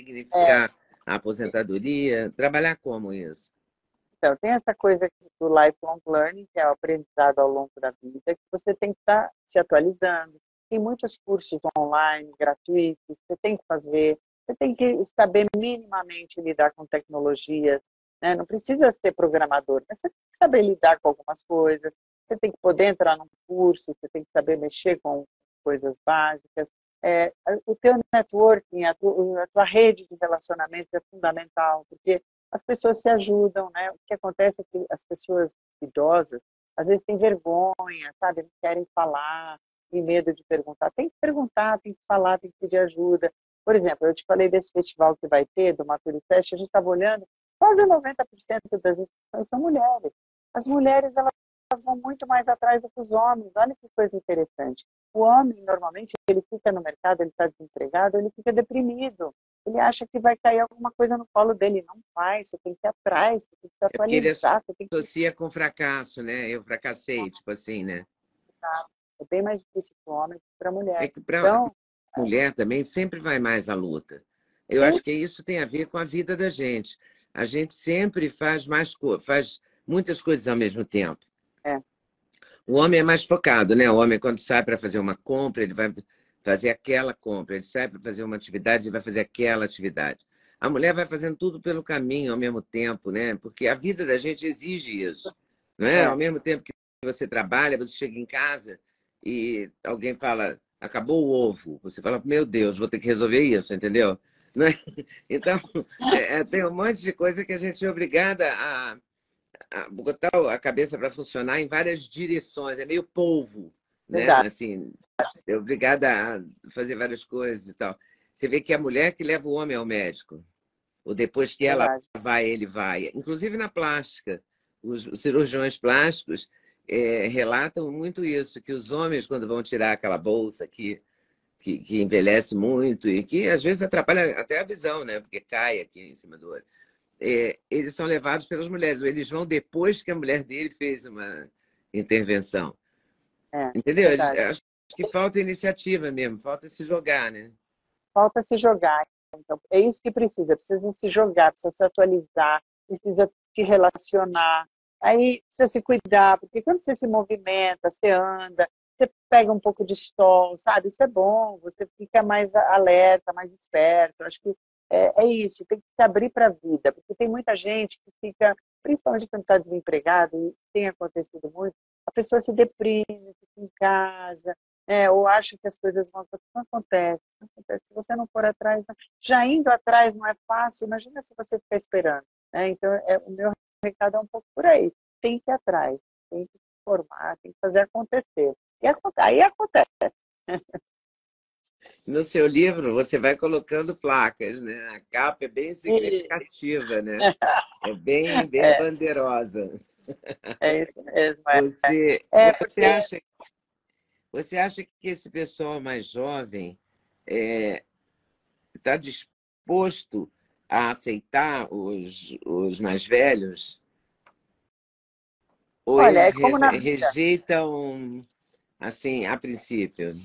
é, ressignificar a aposentadoria, trabalhar como isso? então, tem essa coisa aqui do lifelong learning, que é o aprendizado ao longo da vida, que você tem que estar se atualizando. Tem muitos cursos online, gratuitos, você tem que fazer, você tem que saber minimamente lidar com tecnologias, né? Não precisa ser programador, mas você tem que saber lidar com algumas coisas, você tem que poder entrar num curso, você tem que saber mexer com coisas básicas. É, o teu networking, a tua, a tua rede de relacionamentos é fundamental, porque as pessoas se ajudam, né? O que acontece é que as pessoas idosas, às vezes, têm vergonha, sabe? Não querem falar, têm medo de perguntar. Tem que perguntar, tem que falar, tem que pedir ajuda. Por exemplo, eu te falei desse festival que vai ter, do Maturifest, a gente estava olhando, quase noventa por cento das inscrições são mulheres. As mulheres, elas vão muito mais atrás do que os homens. Olha que coisa interessante. O homem, normalmente, ele fica no mercado, ele está desempregado, ele fica deprimido. Ele acha que vai cair alguma coisa no colo dele. Não vai, você tem que ir atrás, você tem que se É porque ele atualizar, você tem que associa com fracasso, né? Eu fracassei, tipo assim, né? estudar. É bem mais difícil para o homem que para a É mulher. que para Então, mulher também sempre vai mais à luta. Eu sim, acho que isso tem a ver com a vida da gente. A gente sempre faz mais co- faz muitas coisas ao mesmo tempo. é, O homem é mais focado, né? O homem, quando sai para fazer uma compra, ele vai fazer aquela compra. Ele sai para fazer uma atividade, ele vai fazer aquela atividade. A mulher vai fazendo tudo pelo caminho ao mesmo tempo, né? Porque a vida da gente exige isso, não é? Ao é, mesmo tempo que você trabalha, você chega em casa e alguém fala, acabou o ovo. Você fala, meu Deus, vou ter que resolver isso, entendeu? Não é? Então, é, é, tem um monte de coisa que a gente é obrigada a a- botar a cabeça para funcionar em várias direções, é meio polvo, né? verdade, Assim, é obrigada a fazer várias coisas e tal. Você vê que é a mulher que leva o homem ao médico, ou depois que ela verdade. vai, ele vai. Inclusive na plástica, os cirurgiões plásticos é, relatam muito isso, que os homens, quando vão tirar aquela bolsa que, que, que envelhece muito e que às vezes atrapalha até a visão, né? Porque cai aqui em cima do olho é, eles são levados pelas mulheres, ou eles vão depois que a mulher dele fez uma intervenção. É, Entendeu? Eles- verdade. acho que falta iniciativa mesmo, falta se jogar, né? Falta se jogar. Então, é isso que precisa. Precisa se jogar, precisa se atualizar, precisa se relacionar. Aí precisa se cuidar, porque quando você se movimenta, você anda, você pega um pouco de sol, sabe? Isso é bom, você fica mais alerta, mais esperto. Acho que é, é isso, tem que se abrir para a vida, porque tem muita gente que fica, principalmente quando está desempregado, e tem acontecido muito, a pessoa se deprime, fica em casa, né? Ou acha que as coisas vão acontecer. Não acontece, não acontece. Se você não for atrás, já indo atrás não é fácil, imagina se você ficar esperando. Né? Então, é, o meu recado é um pouco por aí. Tem que ir atrás. tem que formar, tem que fazer acontecer. E aí acontece. No seu livro, você vai colocando placas, né? A capa é bem E... significativa, né? É bem, bem É, bandeirosa. é isso mesmo. É, Você, é você porque, acha, você acha que esse pessoal mais jovem está disposto a aceitar os, os mais velhos? Ou olha, eles é como na reje- vida. rejeitam, assim, a princípio?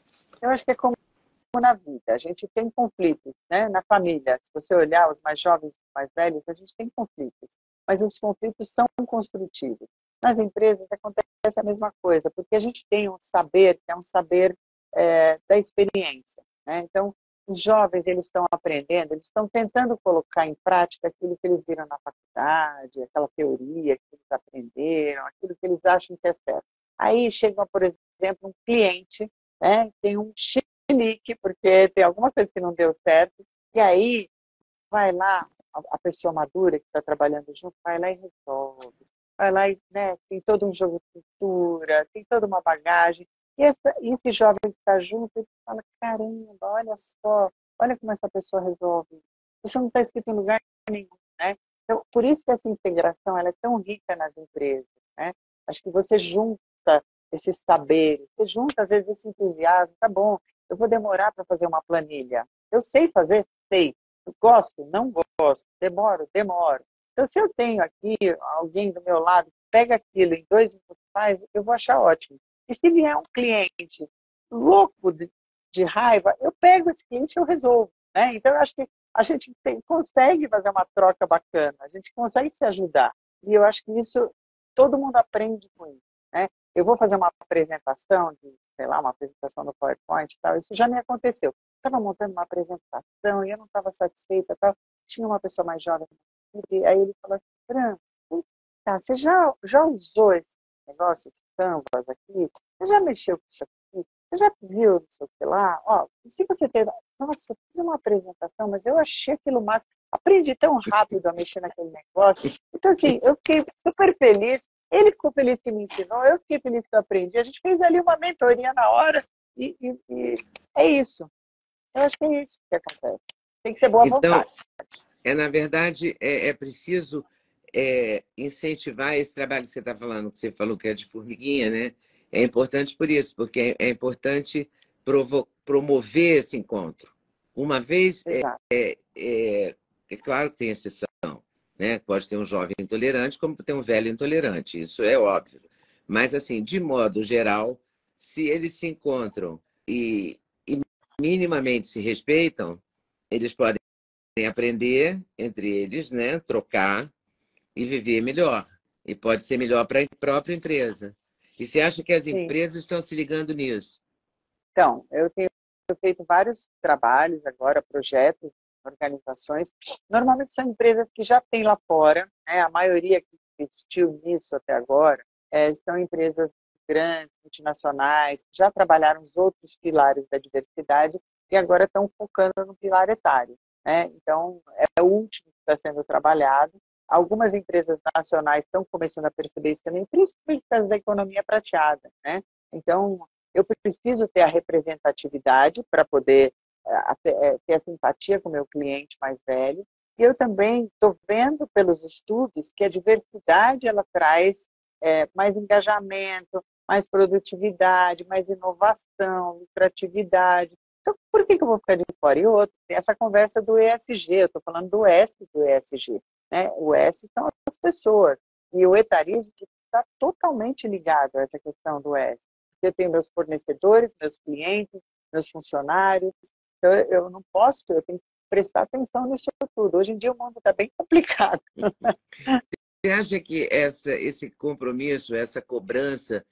Eu acho que é como na vida. A gente tem conflitos, né? Na família. Se você olhar os mais jovens e os mais velhos, a gente tem conflitos. Mas os conflitos são construtivos. Nas empresas acontece a mesma coisa, porque a gente tem um saber, que é um saber é, da experiência, né? Então, os jovens, eles estão aprendendo, eles estão tentando colocar em prática aquilo que eles viram na faculdade, aquela teoria que eles aprenderam, aquilo que eles acham que é certo. Aí chega, por exemplo, um cliente, né? Tem um chilique, porque tem alguma coisa que não deu certo, e aí vai lá, a, a pessoa madura que está trabalhando junto, vai lá e resolve. Vai lá e, né, tem todo um jogo de cultura, tem toda uma bagagem. E, essa, e esse jovem que está junto, ele fala, caramba, olha só, olha como essa pessoa resolve. Isso não está escrito em lugar nenhum, né? Então, por isso que essa integração ela é tão rica nas empresas, né? Acho que você junta esses saberes, você junta, às vezes, esse entusiasmo, tá bom, eu vou demorar para fazer uma planilha. Eu sei fazer? Sei. Eu gosto? Não gosto. Demoro? Demoro. Então, se eu tenho aqui alguém do meu lado que pega aquilo em dois minutos faz, eu vou achar ótimo. E se vier um cliente louco de, de raiva, eu pego esse cliente e eu resolvo. Né? Então, eu acho que a gente tem, consegue fazer uma troca bacana, a gente consegue se ajudar. E eu acho que isso, todo mundo aprende com isso. Né? Eu vou fazer uma apresentação, de, sei lá, uma apresentação no PowerPoint e tal, isso já me aconteceu. Estava montando uma apresentação e eu não estava satisfeita, tal. Tinha uma pessoa mais jovem, e aí ele falou assim, Fran, tá, você já, já usou esse negócio, esse canvas aqui? Você já mexeu com isso aqui? Você já viu, não sei o que lá? Ó, se você ter... Nossa, eu fiz uma apresentação, mas eu achei aquilo massa. Aprendi tão rápido a mexer naquele negócio. Então, assim, eu fiquei super feliz. Ele ficou feliz que me ensinou, eu fiquei feliz que eu aprendi. A gente fez ali uma mentoria na hora e, e, e é isso. Eu acho que é isso que acontece. Tem que ter boa Então, vontade. é, na verdade, é, é preciso é, incentivar esse trabalho que você está falando, que você falou que é de formiguinha, né? É importante por isso, porque é, é importante provo promover esse encontro. Uma vez, é, Exato. é, é, é claro que tem exceção, né? Pode ter um jovem intolerante, como tem um velho intolerante, isso é óbvio. Mas, assim, de modo geral, se eles se encontram e, e minimamente se respeitam, eles podem aprender entre eles, né? Trocar e viver melhor. E pode ser melhor para a própria empresa. E você acha que as Sim. empresas estão se ligando nisso? Então, eu tenho feito vários trabalhos agora, projetos, organizações. Normalmente são empresas que já têm lá fora, né? A maioria que investiu nisso até agora é, são empresas grandes, multinacionais, que já trabalharam os outros pilares da diversidade e agora estão focando no pilar etário. Né? Então, é o último que está sendo trabalhado. Algumas empresas nacionais estão começando a perceber isso também, principalmente por causa da economia prateada. Né? Então, eu preciso ter a representatividade para poder é, ter essa empatia com o meu cliente mais velho. E eu também estou vendo pelos estudos que a diversidade ela traz é, mais engajamento, mais produtividade, mais inovação, lucratividade. Então, por que, que eu vou ficar de fora? E outro, tem essa conversa do E S G, eu estou falando do S do E S G. Né? O S são as pessoas. E o etarismo está totalmente ligado a essa questão do S. Eu tenho meus fornecedores, meus clientes, meus funcionários. Então, eu não posso, eu tenho que prestar atenção nisso tudo. Hoje em dia, o mundo está bem complicado. Você acha que essa, esse compromisso, essa cobrança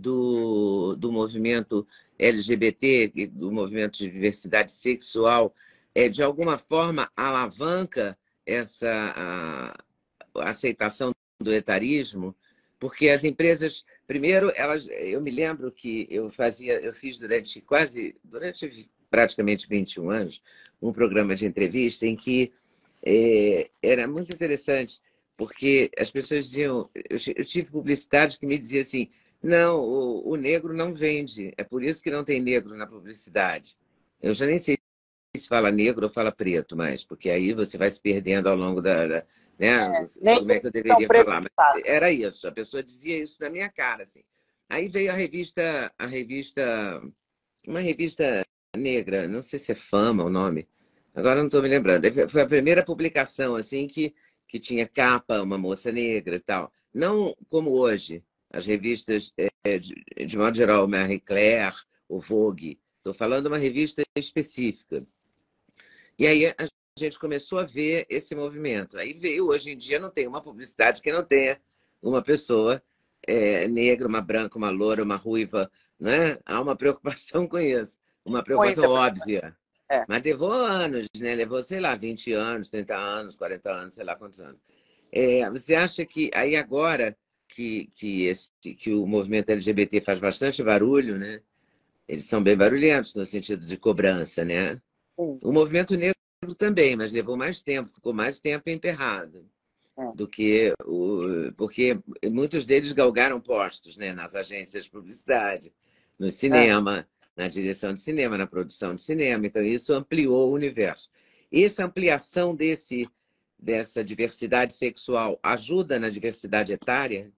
do, do movimento L G B T, do movimento de diversidade sexual, é, de alguma forma alavanca essa a, a aceitação do etarismo? Porque as empresas, primeiro, elas, eu me lembro que eu fazia, eu fiz durante quase, durante praticamente vinte e um anos, um programa de entrevista em que é, era muito interessante, porque as pessoas diziam, eu, eu tive publicidade que me dizia assim, não, o, o negro não vende, é por isso que não tem negro na publicidade. Eu já nem sei se fala negro ou fala preto mais, porque aí você vai se perdendo ao longo da, da né? Nem Como é que eu tão deveria falar? Mas preocupado. era isso, a pessoa dizia isso na minha cara, assim. Aí veio a revista, a revista, uma revista negra, não sei se é Fama o nome, agora não estou me lembrando. Foi a primeira publicação assim que, que tinha capa, uma moça negra e tal. Não como hoje, as revistas, é, de, de modo geral, o Marie Claire, o Vogue. Estou falando de uma revista específica. E aí a gente começou a ver esse movimento. Aí veio, hoje em dia, não tem uma publicidade que não tenha uma pessoa é, negra, uma branca, uma loura, uma ruiva, né? Há uma preocupação com isso, uma preocupação Muita preocupação. óbvia. É. Mas levou anos, né? Levou, sei lá, vinte anos, trinta anos, quarenta anos, sei lá quantos anos. É, você acha que aí agora que, que, esse, que o movimento L G B T faz bastante barulho, né? Eles são bem barulhentos no sentido de cobrança, né? Sim, O movimento negro também, mas levou mais tempo, ficou mais tempo enterrado é. do que o. Porque muitos deles galgaram postos, né, nas agências de publicidade, no É. cinema, na direção de cinema, na produção de cinema. Então, isso ampliou o universo. Essa ampliação desse, dessa diversidade sexual ajuda na diversidade etária?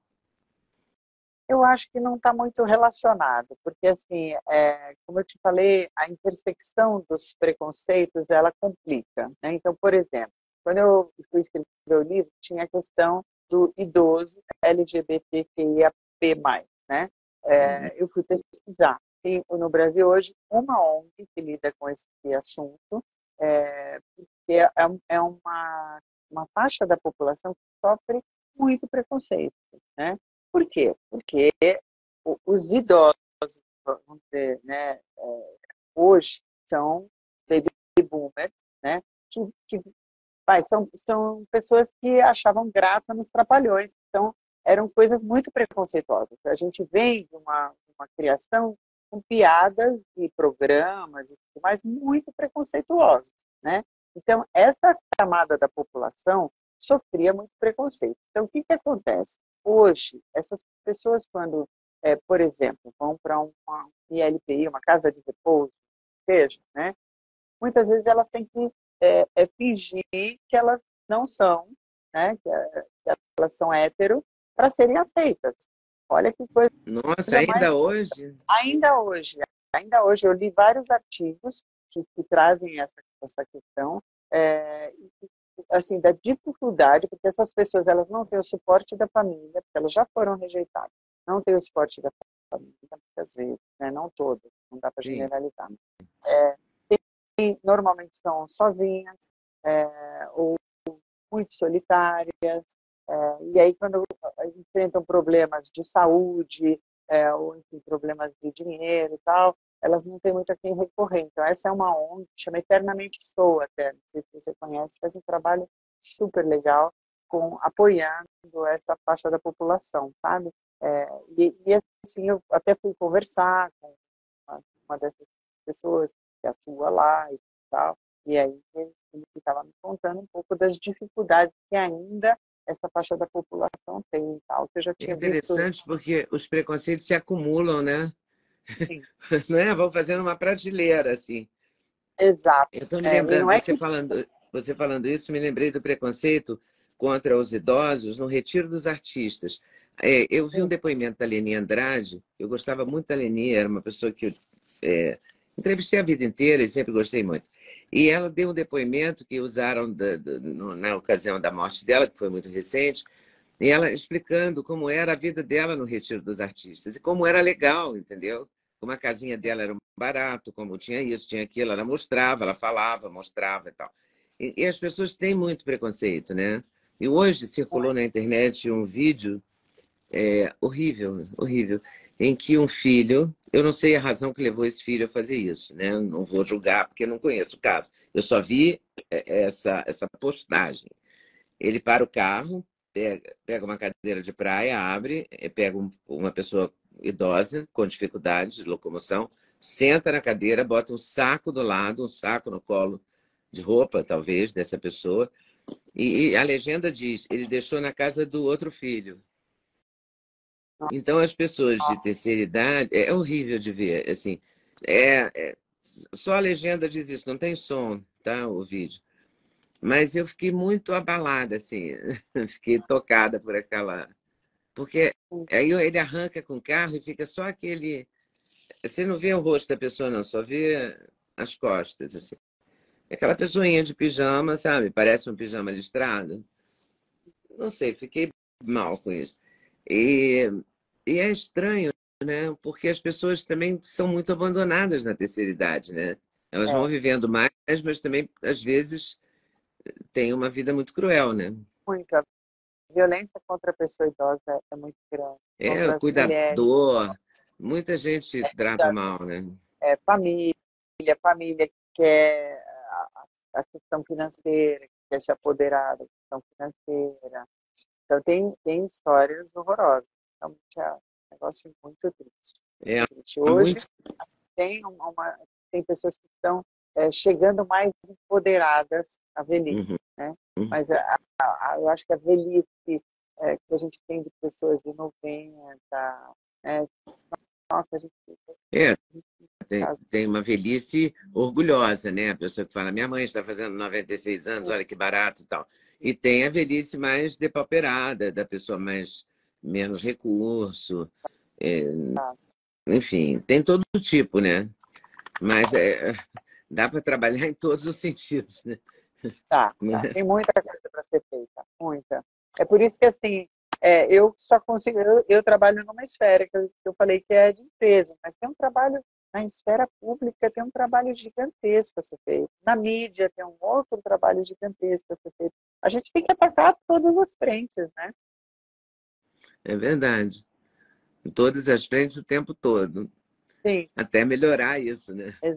Eu acho que não está muito relacionado, porque, assim, é, como eu te falei, a intersecção dos preconceitos, ela complica, né? Então, por exemplo, quando eu fui escrever o livro, tinha a questão do idoso L G B T Q I A P mais, né? É, eu fui pesquisar. Tem no Brasil hoje uma O N G que lida com esse assunto, é, porque é, é uma, uma faixa da população que sofre muito preconceito, né? Por quê? Porque os idosos, vamos dizer, né, hoje são baby boomers, né, que, que vai, são, são pessoas que achavam graça nos trapalhões. Então, eram coisas muito preconceituosas. A gente vem de uma, uma criação com piadas e programas e tudo mais muito preconceituosos, né? Então, essa camada da população sofria muito preconceito. Então, o que, que acontece? Hoje, essas pessoas, quando, é, por exemplo, vão para uma I L P I, uma casa de repouso, seja, né? Muitas vezes elas têm que é, é, fingir que elas não são, né? Que, é, que elas são hétero, para serem aceitas. Olha que coisa Nossa, mais. ainda hoje? Ainda hoje, ainda hoje, eu li vários artigos que, que trazem essa, essa questão, é, assim, da dificuldade, porque essas pessoas elas não têm o suporte da família, porque elas já foram rejeitadas, não têm o suporte da família, muitas vezes, né? Não todas, não dá para Sim. generalizar. É, tem, normalmente são sozinhas, é, ou muito solitárias, é, e aí quando enfrentam problemas de saúde, é, ou enfim, problemas de dinheiro e tal, elas não têm muito a quem recorrer. Então, essa é uma O N G que chama Eternamente Sou, até, não sei se você conhece, faz um trabalho super legal com, apoiando essa faixa da população, sabe? É, e, e, assim, eu até fui conversar com uma, uma dessas pessoas que atua lá e tal, e aí ele estava me contando um pouco das dificuldades que ainda essa faixa da população tem e tal. Eu já É tinha visto. interessante porque os preconceitos se acumulam, né? Sim, Não é? Vão fazendo uma prateleira, assim. exato. Eu estou me É, e lembrando, não é você que. falando, você falando isso, me lembrei do preconceito contra os idosos no Retiro dos Artistas. É, eu vi um Sim, depoimento da Leni Andrade, eu gostava muito da Leni, era uma pessoa que eu é, entrevistei a vida inteira e sempre gostei muito. E ela deu um depoimento que usaram da, da, no, na ocasião da morte dela, que foi muito recente, e ela explicando como era a vida dela no Retiro dos Artistas e como era legal, entendeu? Como a casinha dela era um barato, como tinha isso, tinha aquilo, ela mostrava, ela falava, mostrava e tal. E, e as pessoas têm muito preconceito, né? E hoje circulou na internet um vídeo é, horrível, horrível, em que um filho, eu não sei a razão que levou esse filho a fazer isso, né? Não vou julgar porque não conheço o caso. Eu só vi é, essa, essa postagem. Ele para o carro, pega, pega uma cadeira de praia, abre, eh, pega um, uma pessoa idosa com dificuldade de locomoção, senta na cadeira, bota um saco do lado, um saco no colo de roupa, talvez, dessa pessoa, E, e a legenda diz, ele deixou na casa do outro filho. Então as pessoas de terceira idade, é horrível de ver, assim, é, é, só a legenda diz isso, não tem som, tá, o vídeo. Mas eu fiquei muito abalada, assim, fiquei tocada por aquela... Porque aí ele arranca com o carro e fica só aquele... Você não vê o rosto da pessoa, não, só vê as costas, assim. Aquela pessoinha de pijama, sabe? Parece um pijama listrado. Não sei, fiquei mal com isso. E, e é estranho, né? Porque as pessoas também são muito abandonadas na terceira idade, né? Elas É. vão vivendo mais, mas também, às vezes, têm uma vida muito cruel, né? Muito. A violência contra a pessoa idosa é muito grande. É, Contra o as mulheres, cuidador, muita gente trata cuidador. mal, né? É, família, família que quer a, a questão financeira, que quer se apoderar da questão financeira. Então, tem, tem histórias horrorosas. Realmente é um negócio muito triste. É, triste. Hoje, muito... tem, uma, tem pessoas que estão é, chegando mais empoderadas à velhice, Uhum. né? Uhum. Mas a, a, a, eu acho que a velhice é, que a gente tem de pessoas de noventa, né? Nossa, a gente... É, tem, tem uma velhice orgulhosa, né? A pessoa que fala, minha mãe está fazendo noventa e seis anos, olha que barato e tal. E tem a velhice mais depauperada, da pessoa mais menos recurso. É, enfim, tem todo tipo, né? Mas é, dá para trabalhar em todos os sentidos, né? Tá, tá. Tem muita coisa para ser feita, muita. É por isso que, assim, é, eu só consigo... Eu, eu trabalho numa esfera que eu, que eu falei que é de empresa, mas tem um trabalho na esfera pública, tem um trabalho gigantesco a ser feito. Na mídia tem um outro trabalho gigantesco a ser feito. A gente tem que atacar todas as frentes, né? É verdade. Em todas as frentes o tempo todo. Sim. Até melhorar isso, né? É.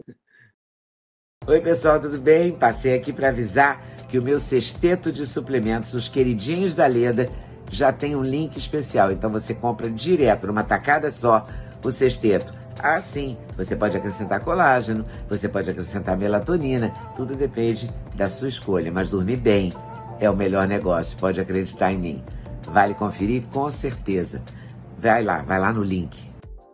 Oi, pessoal, tudo bem? Passei aqui para avisar que o meu sexteto de suplementos, os queridinhos da Leda, já tem um link especial. Então você compra direto, numa tacada só, o sexteto. Ah, sim, você pode acrescentar colágeno, você pode acrescentar melatonina, tudo depende da sua escolha. Mas dormir bem é o melhor negócio, pode acreditar em mim. Vale conferir com certeza. Vai lá, vai lá no link.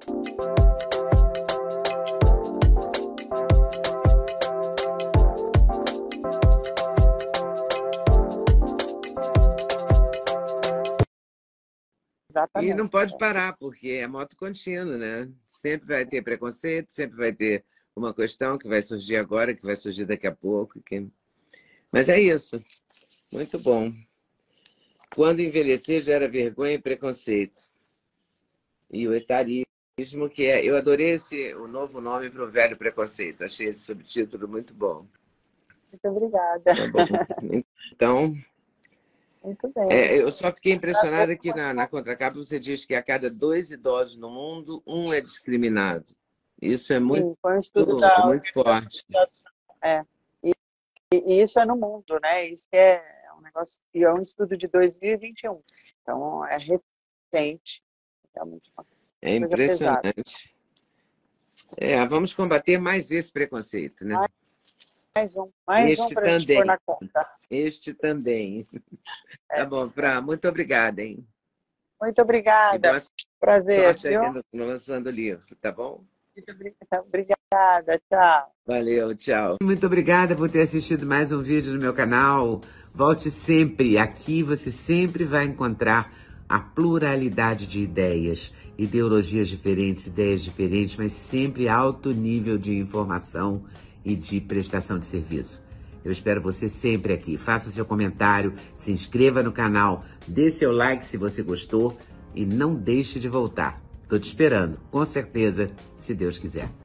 Exatamente. E não pode parar, porque é moto contínuo, né? Sempre vai ter preconceito, sempre vai ter uma questão que vai surgir agora, que vai surgir daqui a pouco. Que... Mas é isso. Muito bom. Quando envelhecer, gera vergonha e preconceito. E o etarismo, que é... Eu adorei esse, o novo nome para o velho preconceito. Achei esse subtítulo muito bom. Muito obrigada. Tá bom. Então... Muito bem. É, eu só fiquei impressionada que na, na contracapa você diz que a cada dois idosos no mundo, um é discriminado. Isso é muito, Sim, foi um estudo da... muito forte. É. E, e isso é no mundo, né? Isso é um negócio, e é um estudo de dois mil e vinte e um. Então, é recente. Realmente uma é impressionante. É, vamos combater mais esse preconceito, né? Mais um, mais este um para a gente pôr na conta. Este também. É. Tá bom, Fra, muito obrigada, hein? Muito obrigada. Prazer, sorte aí no, no lançando o livro, tá bom? Muito obrigada, tchau. Valeu, tchau. Muito obrigada por ter assistido mais um vídeo no meu canal. Volte sempre. Aqui você sempre vai encontrar a pluralidade de ideias, ideologias diferentes, ideias diferentes, mas sempre alto nível de informação e de prestação de serviço. Eu espero você sempre aqui. Faça seu comentário, se inscreva no canal, dê seu like se você gostou e não deixe de voltar. Estou te esperando, com certeza, se Deus quiser.